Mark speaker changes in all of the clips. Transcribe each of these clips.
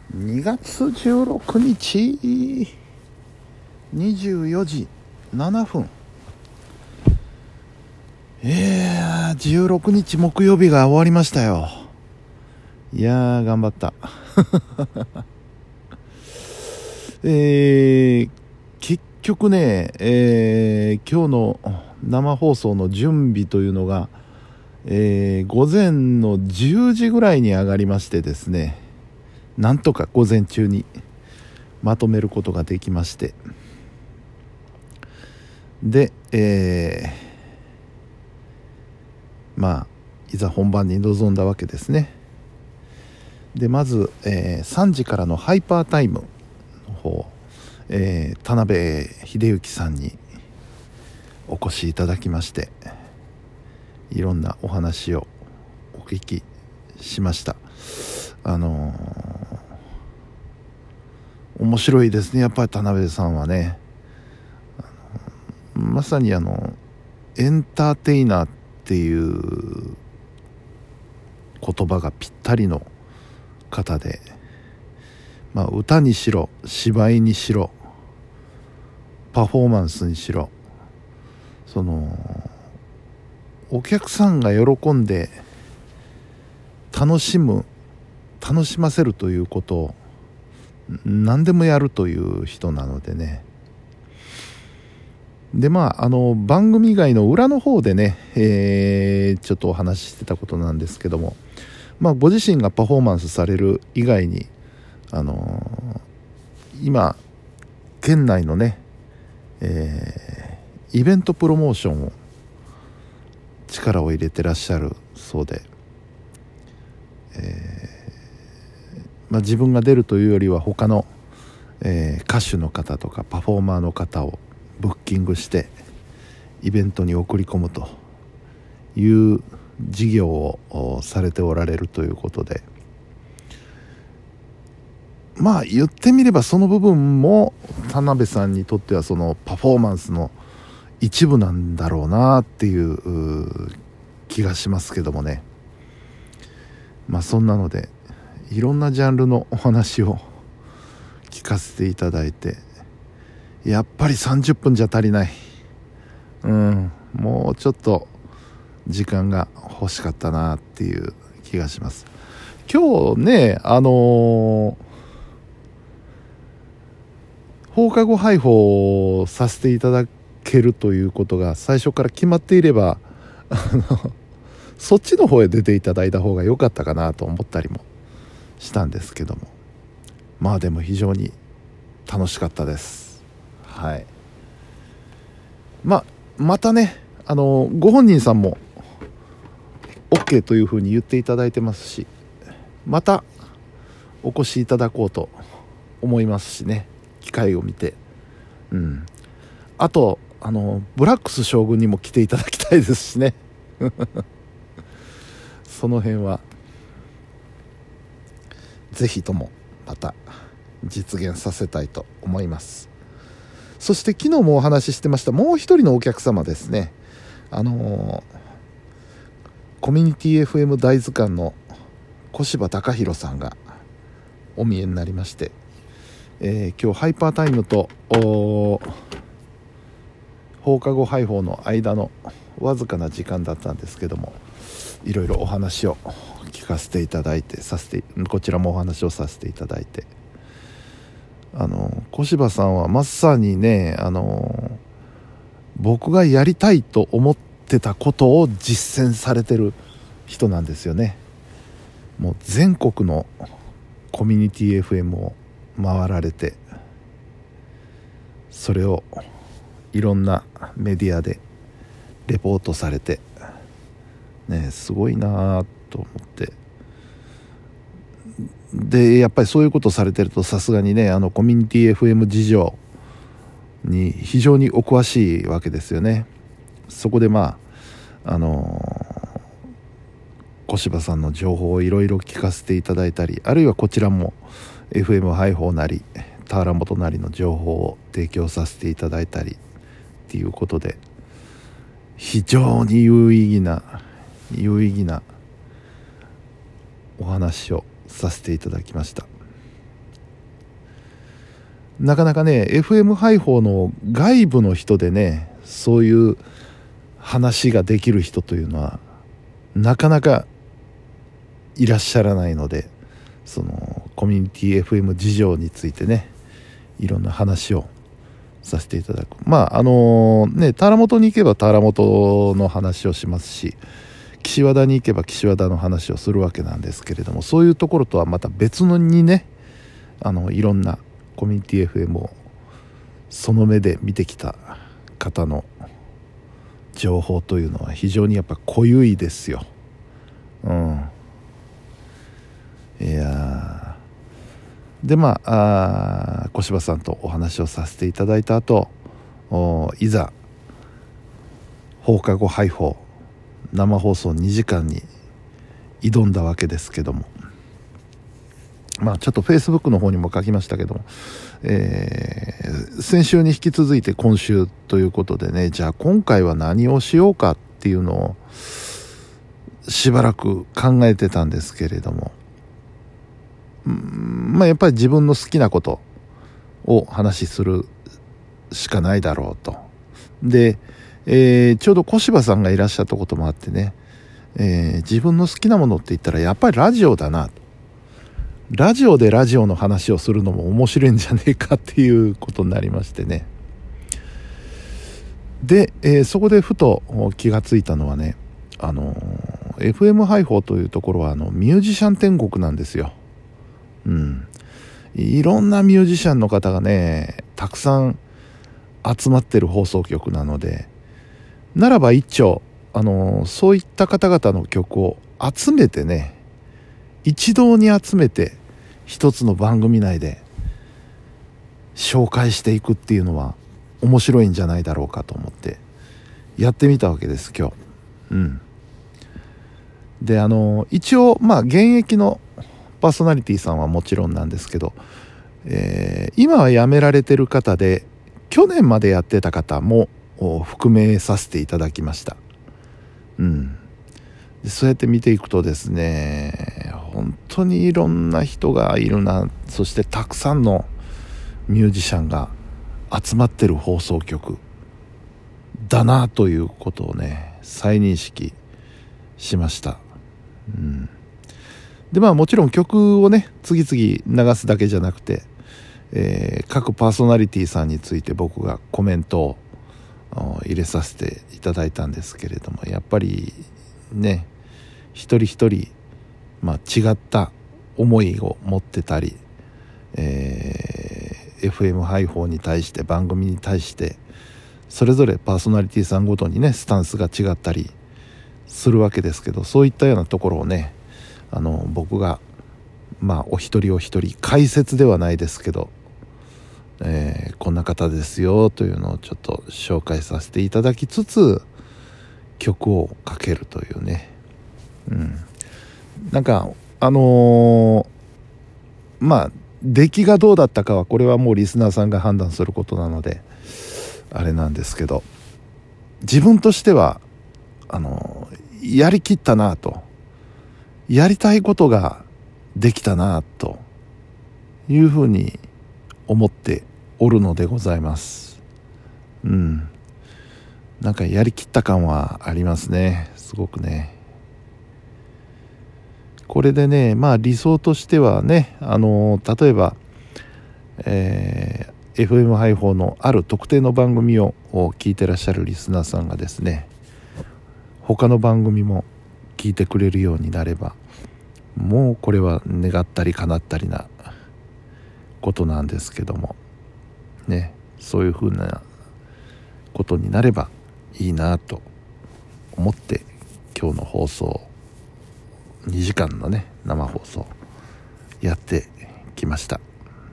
Speaker 1: 2月16日24時7分。16日木曜日が終わりましたよ。いやー頑張った結局ね、今日の生放送の準備というのが、午前の10時ぐらいに上がりましてですね、なんとか午前中にまとめることができまして、で、いざ本番に臨んだわけですね。でまず、3時からのハイパータイムの方、田辺秀幸さんにお越しいただきまして、いろんなお話をお聞きしました。面白いですね、やっぱり田辺さんはね。まさにエンターテイナーっていう言葉がぴったりの方で、歌にしろ芝居にしろパフォーマンスにしろ、お客さんが喜んで楽しませるということを何でもやるという人なのでね。で番組以外の裏の方でね、ちょっとお話ししてたことなんですけども、ご自身がパフォーマンスされる以外に今県内のね、イベントプロモーションを力を入れてらっしゃるそうで、自分が出るというよりは他の、歌手の方とかパフォーマーの方をブッキングしてイベントに送り込むという事業をされておられるということで、言ってみればその部分も田辺さんにとってはそのパフォーマンスの一部なんだろうなっていう気がしますけどもね。そんなのでいろんなジャンルのお話を聞かせていただいて、やっぱり30分じゃ足りない。もうちょっと時間が欲しかったなっていう気がします。今日ね、放課後配報させていただけるということが最初から決まっていればそっちの方へ出ていただいた方が良かったかなと思ったりもしたんですけども、でも非常に楽しかったです。はい。またね、ご本人さんも OK というふうに言っていただいてますし、またお越しいただこうと思いますしね、機会を見て。あとブラックス将軍にも来ていただきたいですしねその辺はぜひともまた実現させたいと思います。そして昨日もお話ししてましたもう一人のお客様ですね、コミュニティ FM 大図鑑の小柴貴弘さんがお見えになりまして、今日ハイパータイムと放課後配報の間のわずかな時間だったんですけども、いろいろお話を聞かせていただいて、こちらもお話をさせていただいて、小柴さんはまさにね、僕がやりたいと思ってたことを実践されてる人なんですよね。もう全国のコミュニティ FM を回られて、それをいろんなメディアでレポートされてね、すごいなと思って、でやっぱりそういうことされてるとさすがにね、コミュニティ FM 事情に非常にお詳しいわけですよね。そこで小柴さんの情報をいろいろ聞かせていただいたり、あるいはこちらも FM 配報なり田原元なりの情報を提供させていただいたりっていうことで、非常に有意義なお話をさせていただきました。 なかなかね FM 配報の外部の人でねそういう話ができる人というのはなかなかいらっしゃらないので、そのコミュニティ FM 事情についてねいろんな話をさせていただく。田原本に行けば田原本の話をしますし、岸和田に行けば岸和田の話をするわけなんですけれども、そういうところとはまた別のにねいろんなコミュニティ FM をその目で見てきた方の情報というのは非常にやっぱ濃ゆいですよ。いやで小柴さんとお話をさせていただいた後、いざ放課後配報生放送2時間に挑んだわけですけども、ちょっとフェイスブックの方にも書きましたけども、先週に引き続いて今週ということでね、じゃあ今回は何をしようかっていうのをしばらく考えてたんですけれども、やっぱり自分の好きなことを話しするしかないだろうと。で、ちょうど小柴さんがいらっしゃったこともあってね、自分の好きなものって言ったらやっぱりラジオだなと。ラジオでラジオの話をするのも面白いんじゃねえかっていうことになりましてね。で、そこでふと気がついたのはね、FM 配報というところはミュージシャン天国なんですよ。いろんなミュージシャンの方がねたくさん集まってる放送局なので、ならば一丁そういった方々の曲を集めてね、一堂に集めて一つの番組内で紹介していくっていうのは面白いんじゃないだろうかと思ってやってみたわけです今日。で一応現役のパーソナリティさんはもちろんなんですけど、今は辞められてる方で去年までやってた方も含めさせていただきました。でそうやって見ていくとですね、本当にいろんな人がいるな、そしてたくさんのミュージシャンが集まってる放送局だなということをね再認識しました。でもちろん曲をね次々流すだけじゃなくて、各パーソナリティさんについて僕がコメントを入れさせていただいたんですけれども、やっぱりね一人一人違った思いを持ってたり、FM 配報に対して番組に対してそれぞれパーソナリティさんごとにねスタンスが違ったりするわけですけど、そういったようなところをね僕がお一人お一人解説ではないですけど、こんな方ですよというのをちょっと紹介させていただきつつ曲をかけるというね、出来がどうだったかはこれはもうリスナーさんが判断することなのであれなんですけど、自分としてはやりきったなと、やりたいことができたなというふうに思っておるのでございます。やりきった感はありますね、すごくね。これでね理想としてはね例えば、FM 配報のある特定の番組を聞いてらっしゃるリスナーさんがですね他の番組も聞いてくれるようになれば、もうこれは願ったり叶ったりなことなんですけどもね、そういうふうなことになればいいなと思って今日の放送2時間のね生放送やってきました。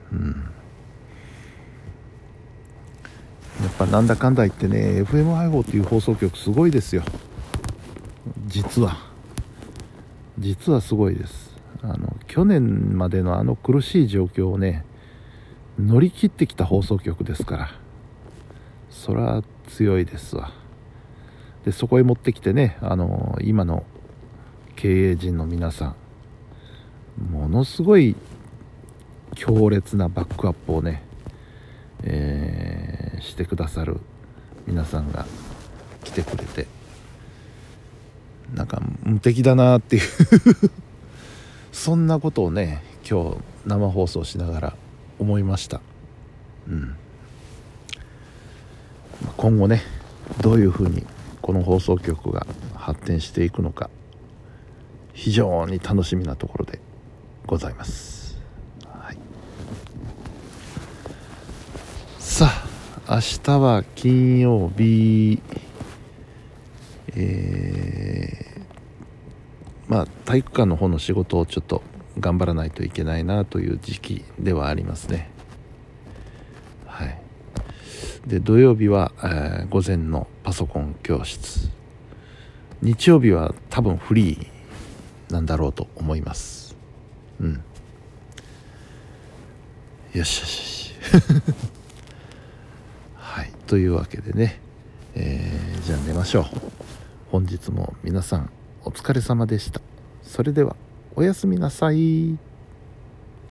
Speaker 1: やっぱなんだかんだ言ってね FM 配報という放送局すごいですよ。実はすごいです。去年までの苦しい状況をね乗り切ってきた放送局ですから、それは強いですわ。でそこへ持ってきてね今の経営陣の皆さんものすごい強烈なバックアップをねしてくださる皆さんが来てくれて、なんか無敵だなっていうそんなことをね今日生放送しながら思いました。今後ねどういうふうにこの放送局が発展していくのか非常に楽しみなところでございます。さあ明日は金曜日、体育館の方の仕事をちょっと頑張らないといけないなという時期ではありますね。で土曜日は、午前のパソコン教室、日曜日は多分フリーなんだろうと思います。よしよしよしというわけでね、じゃあ寝ましょう。本日も皆さんお疲れ様でした。それではおやすみなさい。